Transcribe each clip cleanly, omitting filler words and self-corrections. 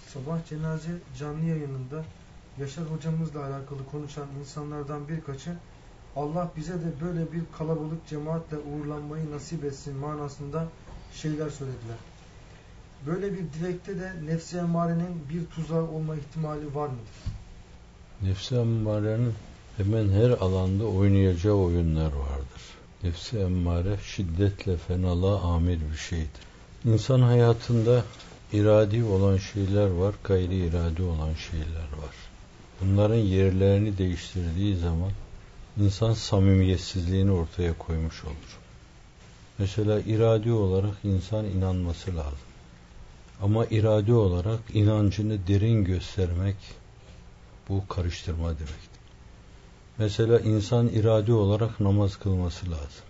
Sabah cenaze canlı yayınında Yaşar hocamızla alakalı konuşan insanlardan birkaçı Allah bize de böyle bir kalabalık cemaatle uğurlanmayı nasip etsin manasında şeyler söylediler. Böyle bir dilekte de nefs-i emmarenin bir tuzağı olma ihtimali var mıdır? Nefs-i emmarenin hemen her alanda oynayacağı oyunlar vardır. Nefs-i emmare şiddetle fenalığa amir bir şeydir. İnsan hayatında iradi olan şeyler var, gayri iradi olan şeyler var. Bunların yerlerini değiştirdiği zaman insan samimiyetsizliğini ortaya koymuş olur. Mesela iradi olarak insan inanması lazım. Ama iradi olarak inancını derin göstermek, bu karıştırma demektir. Mesela insan iradi olarak namaz kılması lazım.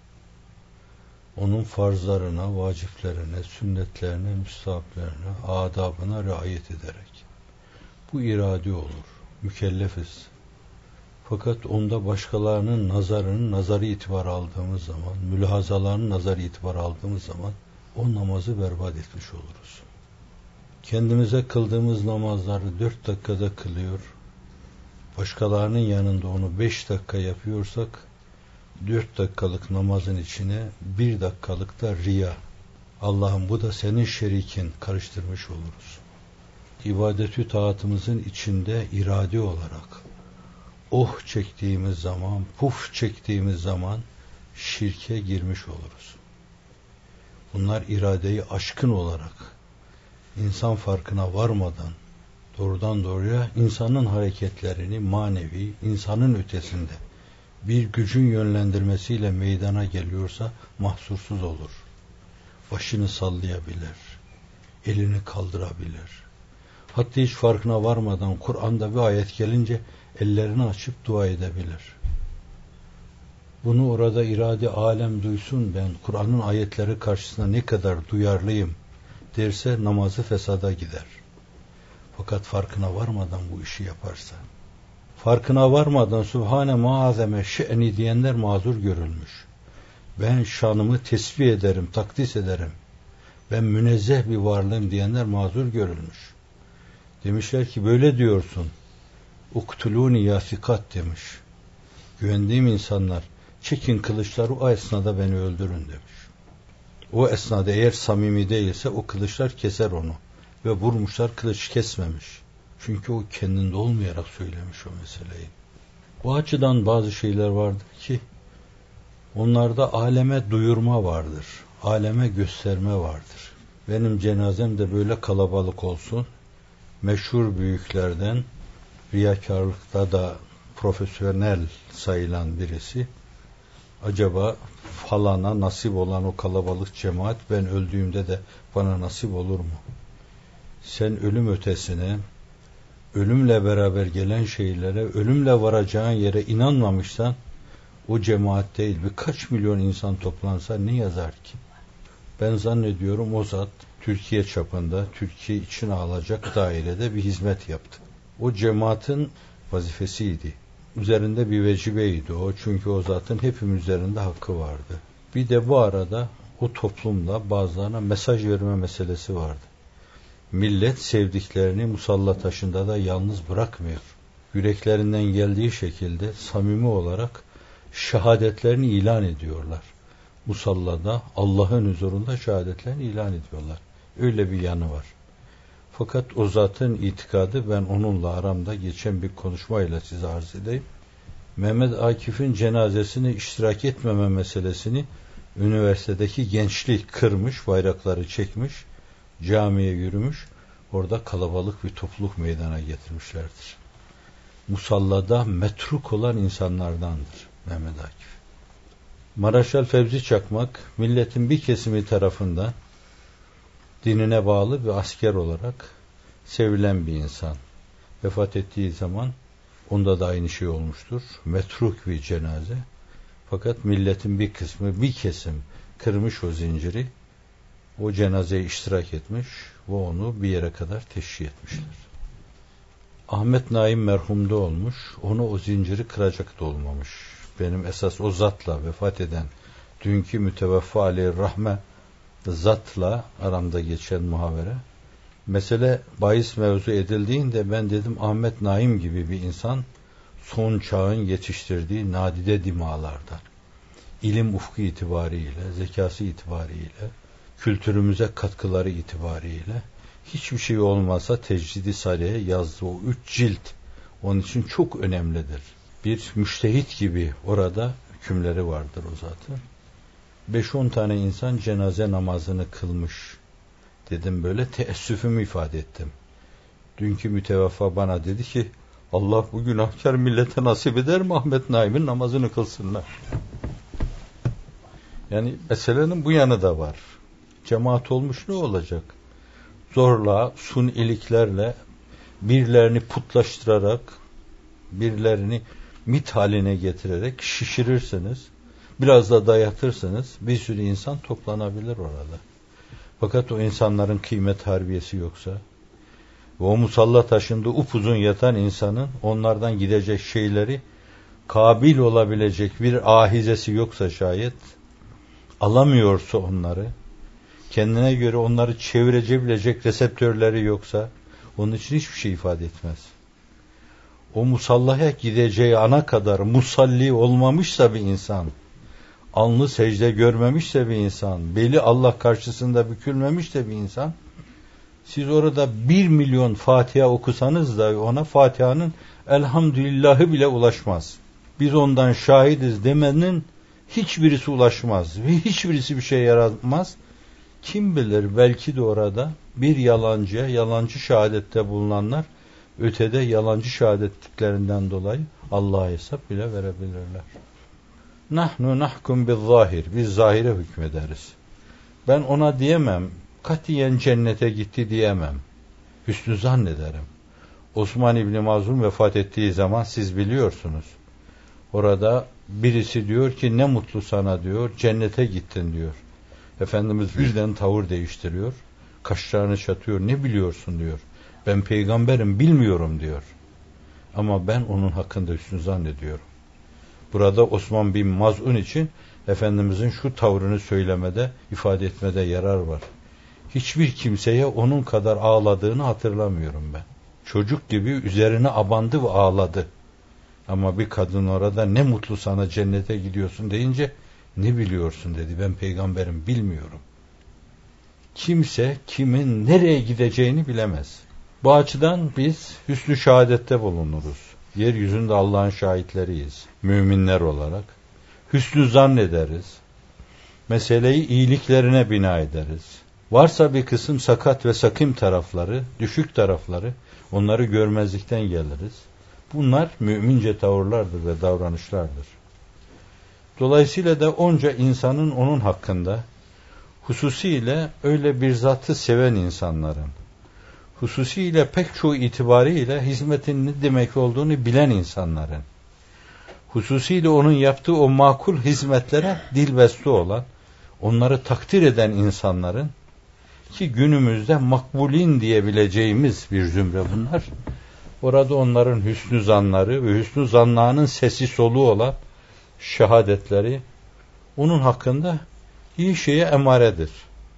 Onun farzlarına, vaciplerine, sünnetlerine, müstahaplerine, adabına riayet ederek. Bu iradi olur. Mükellefiz. Fakat onda başkalarının nazarı itibar aldığımız zaman, mülahazalarının nazarı itibar aldığımız zaman o namazı berbat etmiş oluruz. Kendimize kıldığımız namazları 4 dakikada kılıyor, başkalarının yanında onu 5 dakika yapıyorsak, 4 dakikalık namazın içine 1 dakikalık da riya, Allah'ım bu da senin şerikin karıştırmış oluruz. İbadetü taatımızın içinde irade olarak oh çektiğimiz zaman, puf çektiğimiz zaman şirke girmiş oluruz. Bunlar iradeyi aşkın olarak insan farkına varmadan doğrudan doğruya insanın hareketlerini manevi, insanın ötesinde bir gücün yönlendirmesiyle meydana geliyorsa mahsursuz olur. Başını sallayabilir, elini kaldırabilir. Hatta hiç farkına varmadan Kur'an'da bir ayet gelince ellerini açıp dua edebilir. Bunu orada irade alem duysun, ben Kur'an'ın ayetleri karşısında ne kadar duyarlıyım derse namazı fesada gider. Fakat farkına varmadan bu işi yaparsa, farkına varmadan Sübhane muazzeme şe'ni diyenler mazur görülmüş. Ben şanımı tesbih ederim, takdis ederim. Ben münezzeh bir varlığım diyenler mazur görülmüş. Demişler ki böyle diyorsun. Uktuluni ya fikat demiş. Güvendiğim insanlar çekin kılıçları o esnada beni öldürün demiş. O esnada eğer samimi değilse o kılıçlar keser onu. Ve vurmuşlar, kılıç kesmemiş. Çünkü o kendinde olmayarak söylemiş o meseleyi. Bu açıdan bazı şeyler vardır ki onlarda aleme duyurma vardır. Aleme gösterme vardır. Benim cenazem de böyle kalabalık olsun. Meşhur büyüklerden riyakarlıkta da profesyonel sayılan birisi acaba falana nasip olan o kalabalık cemaat ben öldüğümde de bana nasip olur mu? Sen ölüm ötesine, ölümle beraber gelen şeylere, ölümle varacağın yere inanmamışsan o cemaat değil birkaç milyon insan toplansa ne yazar ki? Ben zannediyorum o zat Türkiye çapında, Türkiye için alacak dairede bir hizmet yaptı. O cemaatin vazifesiydi. Üzerinde bir vecibeydi o. Çünkü o zatın hepimiz üzerinde hakkı vardı. Bir de bu arada o toplumla bazılarına mesaj verme meselesi vardı. Millet sevdiklerini musalla taşında da yalnız bırakmıyor. Yüreklerinden geldiği şekilde samimi olarak şehadetlerini ilan ediyorlar. Musallada Allah'ın huzurunda şehadetlerini ilan ediyorlar. Öyle bir yanı var. Fakat o zatın itikadı, ben onunla aramda geçen bir konuşmayla size arz edeyim. Mehmet Akif'in cenazesine iştirak etmeme meselesini üniversitedeki gençlik kırmış, bayrakları çekmiş, camiye yürümüş, orada kalabalık bir topluluk meydana getirmişlerdir. Musallada metruk olan insanlardandır Mehmet Akif. Maraşal Fevzi Çakmak, milletin bir kesimi tarafından dinine bağlı bir asker olarak sevilen bir insan. Vefat ettiği zaman onda da aynı şey olmuştur. Metruk bir cenaze. Fakat milletin bir kısmı, bir kesim kırmış o zinciri. O cenazeye iştirak etmiş ve onu bir yere kadar teşhis etmişler. Ahmet Naim merhumda olmuş. Onu o zinciri kıracak da olmamış. Benim esas o zatla vefat eden dünkü müteveffa aleyhirrahme zatla aramda geçen muhavere Mesele bahis mevzu edildiğinde ben dedim Ahmet Naim gibi bir insan son çağın yetiştirdiği nadide dimağlardan, ilim ufku itibariyle, zekası itibariyle, kültürümüze katkıları itibariyle hiçbir şey olmazsa Tecrid-i Sariye yazdığı o 3 cilt onun için çok önemlidir. Bir müştehit gibi orada hükümleri vardır o zaten. 5-10 tane insan cenaze namazını kılmış. Dedim böyle teessüfümü ifade ettim. Dünkü müteveffa bana dedi ki Allah bu günahkar millete nasip eder mi Ahmet Naim'in namazını kılsınlar. Yani meselenin bu yanı da var. Cemaat olmuş ne olacak? Zorla, suniliklerle birilerini putlaştırarak, birilerini mit haline getirerek şişirirsiniz. Biraz da dayatırsınız. Bir sürü insan toplanabilir orada. Fakat o insanların kıymet harbiyesi yoksa ve o musalla taşında upuzun yatan insanın onlardan gidecek şeyleri kabil olabilecek bir ahizesi yoksa şayet, alamıyorsa onları, kendine göre onları çevirebilecek reseptörleri yoksa onun için hiçbir şey ifade etmez. O musallaya gideceği ana kadar musalli olmamışsa bir insan, alnı secde görmemişse bir insan, beli Allah karşısında bükülmemişse bir insan, siz orada 1 milyon Fatiha okusanız da ona Fatiha'nın elhamdülillahı bile ulaşmaz. Biz ondan şahidiz demenin hiçbirisi ulaşmaz ve hiçbirisi bir şey yaratmaz. Kim bilir belki de orada bir yalancıya yalancı şehadette bulunanlar ötede yalancı şehadetliklerinden dolayı Allah'a hesap bile verebilirler. Nahnu nahkum bizzahir. Biz zahire hükmederiz. Ben ona diyemem. Katiyen cennete gitti diyemem. Hüsnü zannederim. Osman İbni Mazlum vefat ettiği zaman siz biliyorsunuz. Orada birisi diyor ki ne mutlu sana diyor. Cennete gittin diyor. Efendimiz birden tavır değiştiriyor. Kaşlarını çatıyor. Ne biliyorsun diyor. Ben peygamberim bilmiyorum diyor. Ama ben onun hakkında hüsnü zannediyorum. Burada Osman bin Maz'un için Efendimizin şu tavrını söylemede, ifade etmede yarar var. Hiçbir kimseye onun kadar ağladığını hatırlamıyorum ben. Çocuk gibi üzerine abandı ve ağladı. Ama bir kadın orada ne mutlu sana cennete gidiyorsun deyince ne biliyorsun dedi. Ben peygamberim bilmiyorum. Kimse kimin nereye gideceğini bilemez. Bu açıdan biz hüsnü şehadette bulunuruz. Yeryüzünde Allah'ın şahitleriyiz. Müminler olarak. Hüsnü zannederiz. Meseleyi iyiliklerine bina ederiz. Varsa bir kısım sakat ve sakim tarafları, düşük tarafları, onları görmezlikten geliriz. Bunlar mümince tavırlardır ve davranışlardır. Dolayısıyla da onca insanın onun hakkında, hususiyle öyle bir zatı seven insanların, hususiyle pek çoğu itibariyle hizmetin ne demek olduğunu bilen insanların, hususiyle onun yaptığı o makul hizmetlere dilbeste olan, onları takdir eden insanların, ki günümüzde makbulin diyebileceğimiz bir zümre bunlar, orada onların hüsnü zanları ve hüsnü zannanın sesi soluğu olan şehadetleri, onun hakkında iyi şeye emaredir.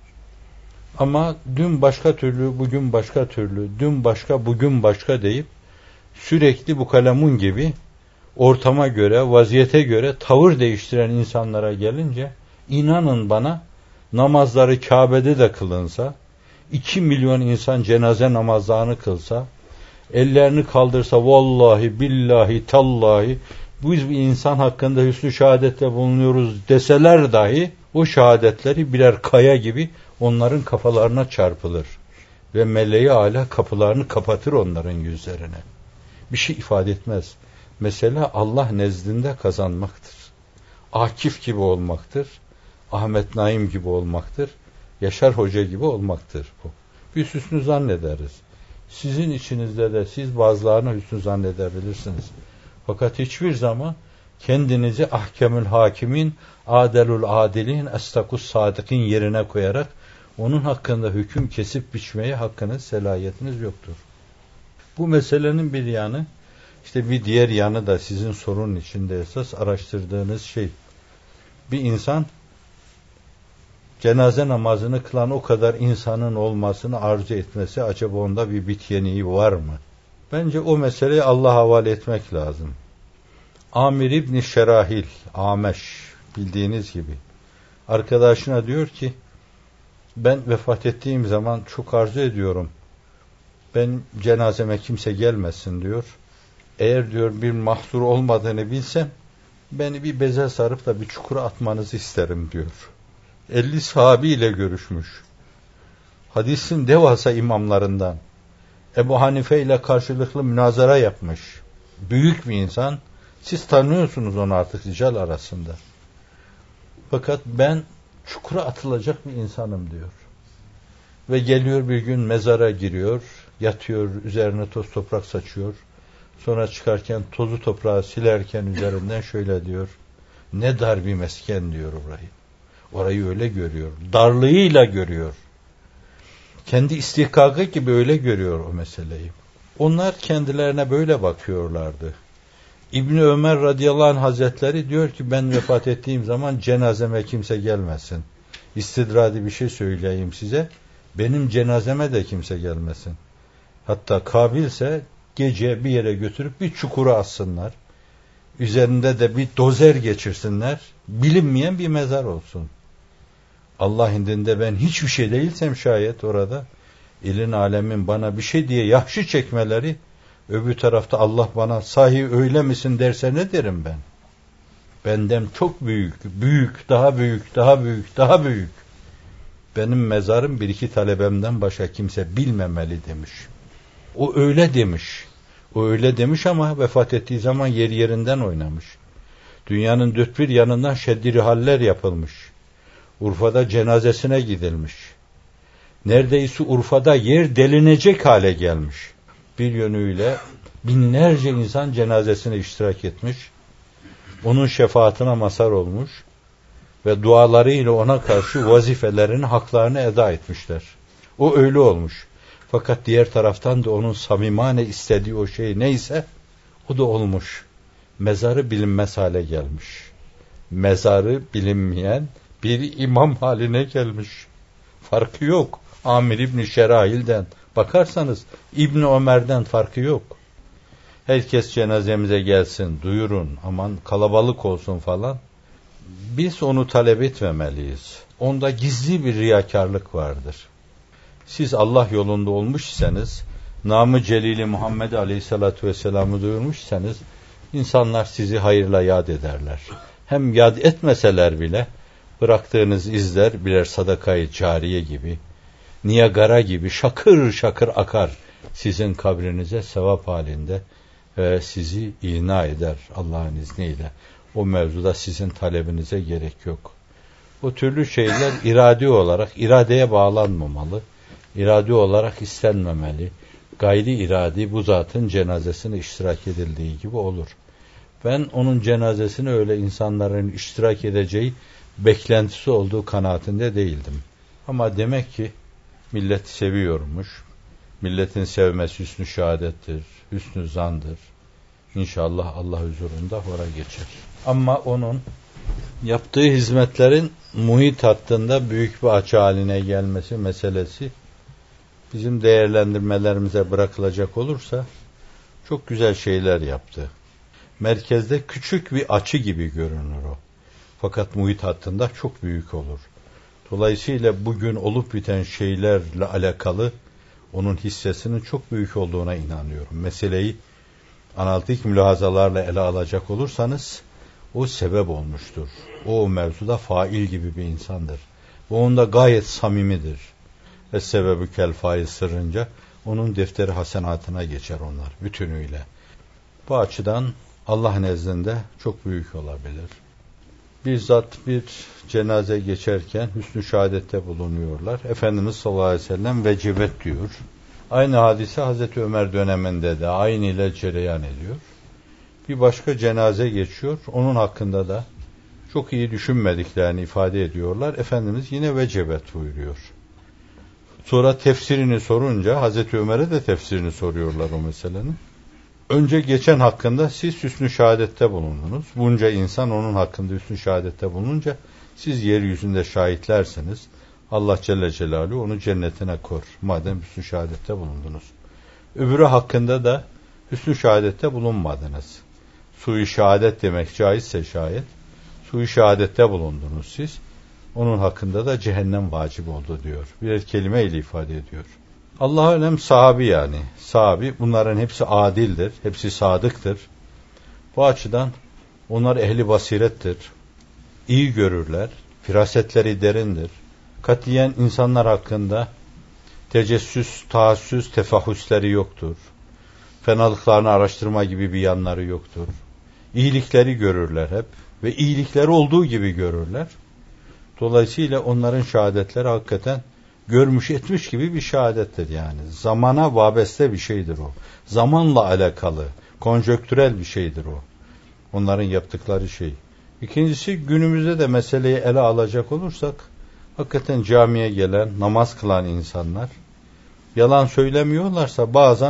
Ama dün başka türlü, bugün başka türlü, dün başka, bugün başka deyip sürekli bu kalemun gibi ortama göre, vaziyete göre tavır değiştiren insanlara gelince inanın bana namazları Kabe'de de kılınsa, 2 milyon insan cenaze namazlarını kılsa, ellerini kaldırsa vallahi, billahi, tallahi biz bir insan hakkında hüsnü şehadette bulunuyoruz deseler dahi o şehadetleri birer kaya gibi onların kafalarına çarpılır ve meleği âlâ kapılarını kapatır onların yüzlerine. Bir şey ifade etmez. Mesele Allah nezdinde kazanmaktır. Akif gibi olmaktır. Ahmet Naim gibi olmaktır. Yaşar Hoca gibi olmaktır bu. Biz hüsnü zannederiz. Sizin içinizde de siz bazılarına hüsnü zannedebilirsiniz. Fakat hiçbir zaman kendinizi ahkemül hakimin, adelül adilin, estakus sadıkın yerine koyarak onun hakkında hüküm kesip biçmeye hakkınız, selahiyetiniz yoktur. Bu meselenin bir yanı, işte bir diğer yanı da sizin sorunun içinde esas araştırdığınız şey. Bir insan cenaze namazını kılan o kadar insanın olmasını arzu etmesi, acaba onda bir bit yeniği var mı? Bence o meseleyi Allah'a havale etmek lazım. Amir İbni Şerahil, Ameş, bildiğiniz gibi, arkadaşına diyor ki, ben vefat ettiğim zaman çok arzu ediyorum, ben cenazeme kimse gelmesin diyor. Eğer diyor bir mahzur olmadığını bilsem, beni bir beze sarıp da bir çukura atmanızı isterim diyor. 50 sahabiyle görüşmüş. Hadisin devasa imamlarından. Ebu Hanife ile karşılıklı münazara yapmış. Büyük bir insan. Siz tanıyorsunuz onu artık rical arasında. Fakat ben çukura atılacak bir insanım diyor. Ve geliyor bir gün mezara giriyor, yatıyor, üzerine toz toprak saçıyor. Sonra çıkarken tozu toprağı silerken üzerinden şöyle diyor. Ne dar bir mesken diyor orayı. Orayı öyle görüyor. Darlığıyla görüyor. Kendi istihkakı gibi öyle görüyor o meseleyi. Onlar kendilerine böyle bakıyorlardı. İbni Ömer radıyallahu anh hazretleri diyor ki, ben vefat ettiğim zaman cenazeme kimse gelmesin. İstidradi bir şey söyleyeyim size. Benim cenazeme de kimse gelmesin. Hatta kabilse gece bir yere götürüp bir çukura assınlar. Üzerinde de bir dozer geçirsinler. Bilinmeyen bir mezar olsun. Allah indinde ben hiçbir şey değilsem şayet orada, ilin alemin bana bir şey diye yahşi çekmeleri, öbür tarafta Allah bana sahi öyle misin derse ne derim ben? Benden çok büyük, büyük, daha büyük, daha büyük, daha büyük. Benim mezarım bir iki talebemden başka kimse bilmemeli demiş. O öyle demiş. O öyle demiş ama vefat ettiği zaman yer yerinden oynamış. Dünyanın dört bir yanından şeddi haller yapılmış. Urfa'da cenazesine gidilmiş. Neredeyse Urfa'da yer delinecek hale gelmiş. Bir yönüyle binlerce insan cenazesine iştirak etmiş. Onun şefaatine mazhar olmuş ve dualarıyla ona karşı vazifelerini, haklarını eda etmişler. O öyle olmuş. Fakat diğer taraftan da onun samimane istediği o şey neyse o da olmuş. Mezarı bilinmez hale gelmiş. Mezarı bilinmeyen bir imam haline gelmiş. Farkı yok. Amir İbni Şerahil'den bakarsanız İbni Ömer'den farkı yok. Herkes cenazemize gelsin, duyurun, aman kalabalık olsun falan. Biz onu talep etmemeliyiz. Onda gizli bir riyakarlık vardır. Siz Allah yolunda olmuşsanız, namı celili Muhammed Aleyhisselatü Vesselam'ı duyurmuşsanız, insanlar sizi hayırla yad ederler. Hem yad etmeseler bile, bıraktığınız izler birer sadakayı cariye gibi, Niagara gibi şakır şakır akar sizin kabrinize sevap halinde ve sizi ina eder Allah'ın izniyle. O mevzuda sizin talebinize gerek yok. Bu türlü şeyler iradi olarak, iradeye bağlanmamalı, iradi olarak istenmemeli. Gayri iradi bu zatın cenazesine iştirak edildiği gibi olur. Ben onun cenazesine öyle insanların iştirak edeceği beklentisi olduğu kanaatinde değildim. Ama demek ki millet seviyormuş. Milletin sevmesi hüsnü şehadettir, hüsnü zandır. İnşallah Allah huzurunda hora geçer. Ama onun yaptığı hizmetlerin muhit hattında büyük bir açı haline gelmesi meselesi bizim değerlendirmelerimize bırakılacak olursa çok güzel şeyler yaptı. Merkezde küçük bir açı gibi görünür o. Fakat muhit hattında çok büyük olur. Dolayısıyla bugün olup biten şeylerle alakalı onun hissesinin çok büyük olduğuna inanıyorum. Meseleyi analitik mülahazalarla ele alacak olursanız o sebep olmuştur. O mevzuda fail gibi bir insandır. Ve onda gayet samimidir. Ve sebebi kel fail sırrınca onun defteri hasenatına geçer onlar bütünüyle. Bu açıdan Allah nezdinde çok büyük olabilir. Bizzat bir cenaze geçerken hüsnü şehadette bulunuyorlar. Efendimiz sallallahu aleyhi ve sellem vecibet diyor. Aynı hadise Hazreti Ömer döneminde de aynı ile cereyan ediyor. Bir başka cenaze geçiyor. Onun hakkında da çok iyi düşünmediklerini ifade ediyorlar. Efendimiz yine vecibet buyuruyor. Sonra tefsirini sorunca Hazreti Ömer'e de tefsirini soruyorlar o meselenin. Önce geçen hakkında siz hüsnü şehadette bulundunuz. Bunca insan onun hakkında hüsnü şehadette bulununca Siz yeryüzünde şahitlerseniz Allah Celle Celaluhu onu cennetine kor. Madem hüsnü şehadette bulundunuz. Öbürü hakkında da hüsnü şehadette bulunmadınız. Sui şehadet demek caizse şayet, sui şehadette bulundunuz siz. Onun hakkında da cehennem vacip oldu diyor. Birer kelime ile ifade ediyor. Allah-u alem sahabi yani. Sahabi bunların hepsi adildir. Hepsi sadıktır. Bu açıdan onlar ehli basirettir. İyi görürler. Firasetleri derindir. Katiyen insanlar hakkında tecessüs, taassüs, tefahüsleri yoktur. Fenalıklarını araştırma gibi bir yanları yoktur. İyilikleri görürler hep ve iyilikleri olduğu gibi görürler. Dolayısıyla onların şehadetleri hakikaten görmüş etmiş gibi bir şehadettir yani. Zamana vabeste bir şeydir o. Zamanla alakalı, konjonktürel bir şeydir o. Onların yaptıkları şey. İkincisi, günümüzde de meseleyi ele alacak olursak, hakikaten camiye gelen, namaz kılan insanlar, yalan söylemiyorlarsa bazen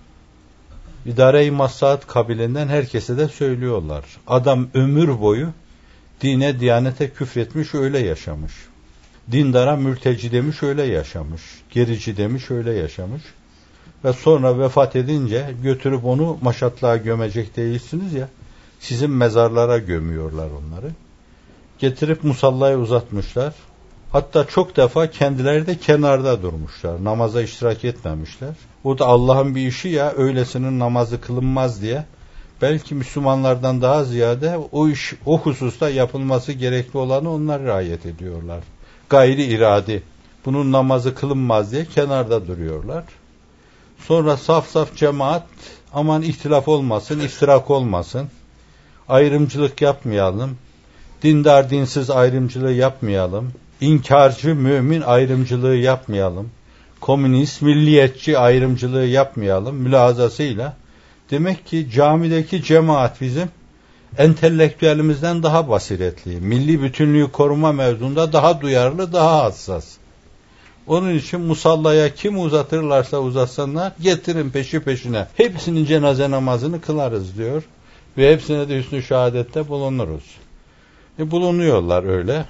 idare-i maslahat kabilinden herkese de söylüyorlar. Adam ömür boyu dine, diyanete küfretmiş, öyle yaşamış. Dindara mürteci demiş, öyle yaşamış. Gerici demiş, öyle yaşamış. Ve sonra vefat edince götürüp onu maşatlığa gömecek değilsiniz ya, sizin mezarlara gömüyorlar onları. Getirip musallaya uzatmışlar. Hatta çok defa kendileri de kenarda durmuşlar. Namaza iştirak etmemişler. O da Allah'ın bir işi ya, öylesinin namazı kılınmaz diye. Belki Müslümanlardan daha ziyade o iş, o hususta yapılması gerekli olanı onlar riayet ediyorlar. Gayri iradi. Bunun namazı kılınmaz diye kenarda duruyorlar. Sonra saf saf cemaat, aman ihtilaf olmasın, iftirak olmasın, ayrımcılık yapmayalım, dindar dinsiz ayrımcılığı yapmayalım, inkarcı mümin ayrımcılığı yapmayalım, komünist milliyetçi ayrımcılığı yapmayalım mülahazasıyla. Demek ki camideki cemaat bizim entelektüelimizden daha basiretli, milli bütünlüğü koruma mevzunda daha duyarlı, daha hassas. Onun için musallaya kim uzatırlarsa uzatsınlar, getirin peşi peşine. Hepsinin cenaze namazını kılarız diyor. Ve hepsine de hüsnü şehadette bulunuruz. Bulunuyorlar öyle.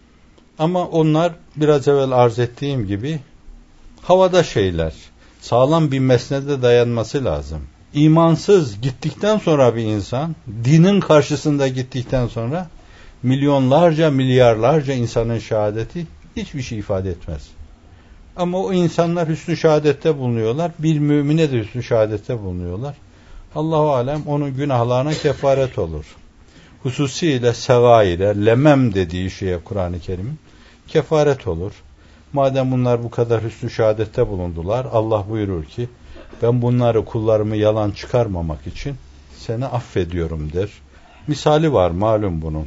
Ama onlar biraz evvel arz ettiğim gibi havada şeyler. Sağlam bir mesnede dayanması lazım. İmansız gittikten sonra bir insan, dinin karşısında gittikten sonra milyonlarca, milyarlarca insanın şehadeti hiçbir şey ifade etmez. Ama o insanlar hüsnü şehadette bulunuyorlar. Bir mümine de hüsnü şehadette bulunuyorlar. Allah-u alem onun günahlarına kefaret olur. Hususiyle sevaire, lemem dediği şeye Kur'an-ı Kerim'in kefaret olur. Madem bunlar bu kadar hüsnü şehadette bulundular, Allah buyurur ki ben bunları, kullarımı yalan çıkarmamak için seni affediyorum der. Misali var malum bunun.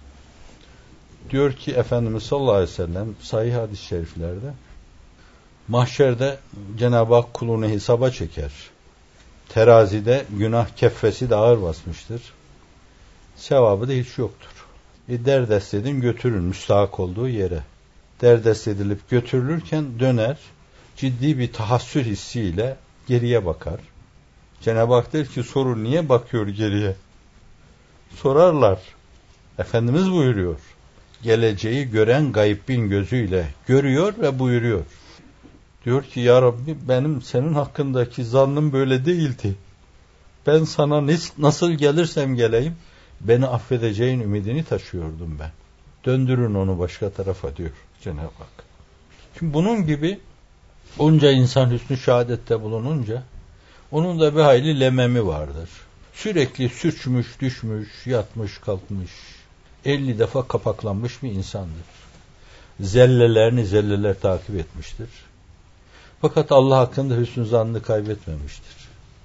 Diyor ki Efendimiz sallallahu aleyhi ve sellem sahih hadis-i şeriflerde, mahşerde Cenab-ı Hak kulunu hesaba çeker. Terazide günah keffesi de ağır basmıştır. Sevabı da hiç yoktur. Derdest edin götürün müstahak olduğu yere. Derdest edilip götürülürken döner, ciddi bir tahassür hissiyle geriye bakar. Cenab-ı Hak der ki sorun niye bakıyor geriye? Sorarlar. Efendimiz buyuruyor. Geleceği gören gaybbin gözüyle görüyor ve buyuruyor. Diyor ki ya Rabbi benim senin hakkındaki zannım böyle değildi. Ben sana nasıl gelirsem geleyim beni affedeceğin ümidini taşıyordum ben. Döndürün onu başka tarafa diyor Cenab-ı Hak. Şimdi bunun gibi onca insan hüsnü şehadette bulununca onun da bir hayli lememi vardır. Sürekli sürçmüş, düşmüş, yatmış, kalkmış, 50 defa kapaklanmış bir insandır. Zellelerini zelleler takip etmiştir. Fakat Allah hakkında hüsnü zannını kaybetmemiştir.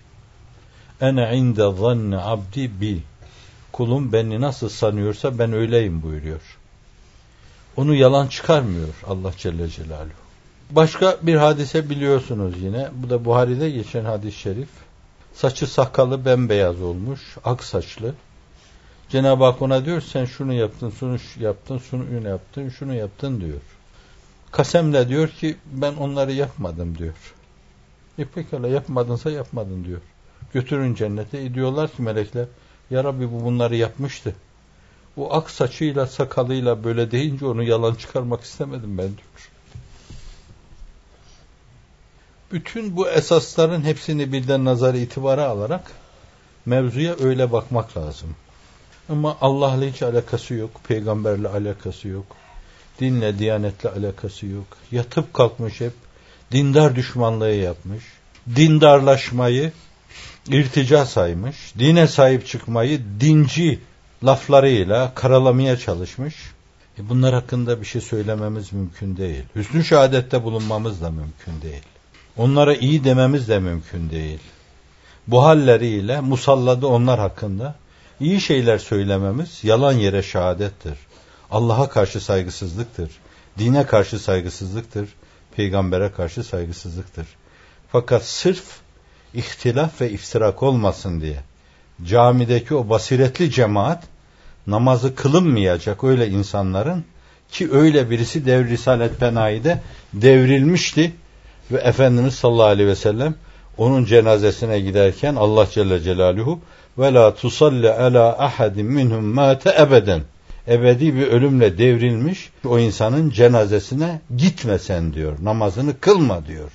Ene inde zanne abdi bi. Kulum beni nasıl sanıyorsa ben öyleyim buyuruyor. Onu yalan çıkarmıyor Allah Celle Celaluhu. Başka bir hadise biliyorsunuz yine. Bu da Buhari'de geçen hadis-i şerif. Saçı sakalı bembeyaz olmuş, ak saçlı. Cenab-ı Hak ona diyor sen şunu yaptın, şunu yaptın, şunu yaptın, şunu yaptın diyor. Kasemle diyor ki ben onları yapmadım diyor. Pekala yapmadınsa yapmadın diyor. Götürün cennete. Diyorlar ki melekler ya Rabbi bu bunları yapmıştı. Bu ak saçıyla sakalıyla böyle deyince onu yalan çıkarmak istemedim ben diyor. Bütün bu esasların hepsini birden nazar itibara alarak mevzuya öyle bakmak lazım. Ama Allah'la hiç alakası yok, peygamberle alakası yok, dinle, diyanetle alakası yok. Yatıp kalkmış hep, dindar düşmanlığı yapmış, dindarlaşmayı irtica saymış, dine sahip çıkmayı dinci laflarıyla karalamaya çalışmış. Bunlar hakkında bir şey söylememiz mümkün değil. Hüsnü şehadette bulunmamız da mümkün değil. Onlara iyi dememiz de mümkün değil. Bu halleriyle musalladı onlar hakkında iyi şeyler söylememiz yalan yere şehadettir. Allah'a karşı saygısızlıktır. Dine karşı saygısızlıktır. Peygambere karşı saygısızlıktır. Fakat sırf ihtilaf ve iftirak olmasın diye camideki o basiretli cemaat namazı kılınmayacak öyle insanların ki öyle birisi Devr-i Risalet Penayi'de devrilmişti ve Efendimiz sallallahu aleyhi ve sellem onun cenazesine giderken Allah Celle Celaluhu ve la tusalli ala ahadin minhum mate ebeden ebedi bir ölümle devrilmiş o insanın cenazesine gitme sen diyor. Namazını kılma diyor.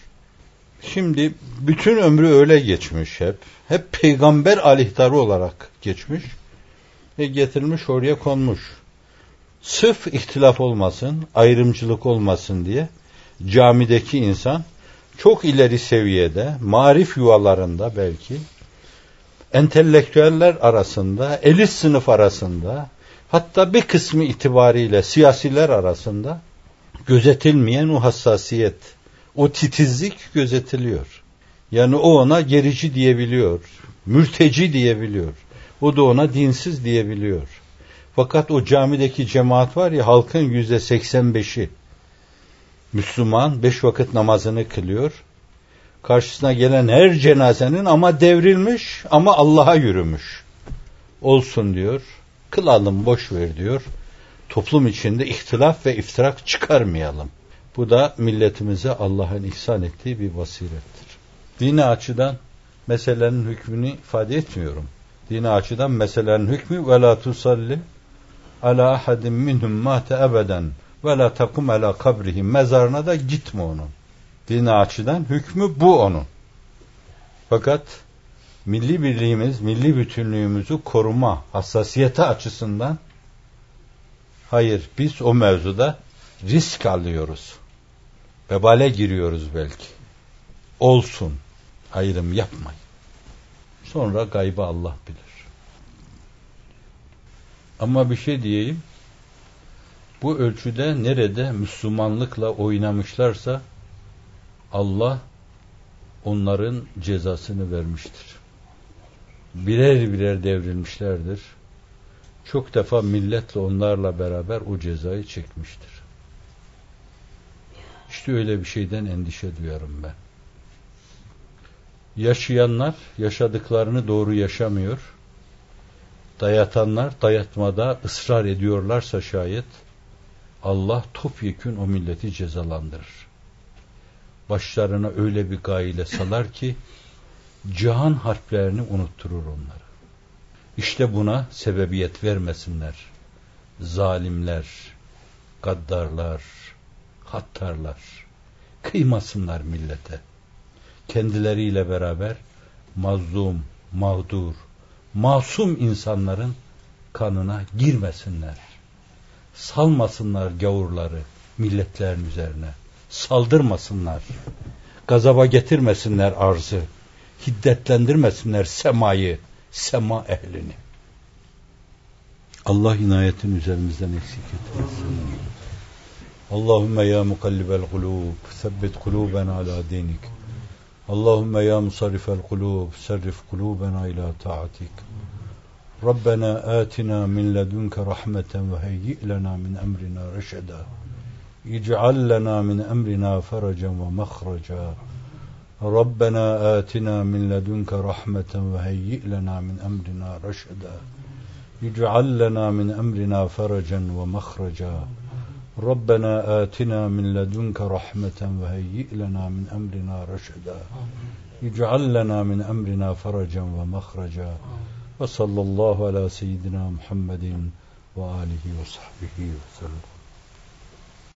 Şimdi bütün ömrü öyle geçmiş hep. Hep peygamber aleyhtarı olarak geçmiş ve getirilmiş oraya konmuş. Sırf ihtilaf olmasın, ayrımcılık olmasın diye camideki insan çok ileri seviyede, marif yuvalarında belki, entelektüeller arasında, elit sınıf arasında, hatta bir kısmı itibariyle siyasiler arasında gözetilmeyen o hassasiyet, o titizlik gözetiliyor. Yani o ona gerici diyebiliyor, mürteci diyebiliyor, o da ona dinsiz diyebiliyor. Fakat o camideki cemaat var ya, halkın %85'i Müslüman, 5 vakit namazını kılıyor. Karşısına gelen her cenazenin ama devrilmiş ama Allah'a yürümüş. Olsun diyor, kılalım, boş ver diyor. Toplum içinde ihtilaf ve iftirak çıkarmayalım. Bu da milletimize Allah'ın ihsan ettiği bir basirettir. Dini açıdan meselenin hükmünü ifade etmiyorum. Dini açıdan meselenin hükmü ve la tusalli ala ahadin minhum mate ebeden ve la takum ala kabrihim, mezarına da gitme onun. Dini açıdan hükmü bu onun. Fakat milli birliğimiz, milli bütünlüğümüzü koruma hassasiyeti açısından hayır, biz o mevzuda risk alıyoruz. Vebale giriyoruz belki. Olsun, ayrım yapmayın. Sonra gaybı Allah bilir. Ama bir şey diyeyim, bu ölçüde nerede Müslümanlıkla oynamışlarsa Allah onların cezasını vermiştir. Birer birer devrilmişlerdir. Çok defa milletle onlarla beraber o cezayı çekmiştir. İşte öyle bir şeyden endişe duyarım ben. Yaşayanlar yaşadıklarını doğru yaşamıyor. Dayatanlar dayatmada ısrar ediyorlarsa şayet Allah topyekün o milleti cezalandırır. Başlarına öyle bir gaile salar ki cihan harplerini unutturur onları. İşte buna sebebiyet vermesinler. Zalimler, gaddarlar, hattarlar. Kıymasınlar millete. Kendileriyle beraber mazlum, mağdur, masum insanların kanına girmesinler. Salmasınlar gavurları milletlerin üzerine. Saldırmasınlar. Gazaba getirmesinler arzı. Hiddetlendirmesinler semayı, sema ehlini. Allah inayetin üzerimizden eksik etmesin. Allahümme ya mukallibel kulub, sebbit kulubena ala dinik. Allahümme ya musarrifel kulub, serrif kulubena ila taatik. Rabbena atina min ledunke rahmeten ve heyyi' lena min emrina reşeda. İc'al lena min emrina feracen ve mahraca. Rabbena atina min ledunke rahmeten ve heyyi' lena min emrina reşeda. İc'al lena min emrina feracen ve mahraca. Rabbena atina min ledunke rahmeten ve heyyi' lena min emrina reşeda. İc'al lena min emrina feracen ve mahraca. Ve sallallahu ala seyyidina Muhammedin ve alihi ve sahbihi ve sellem.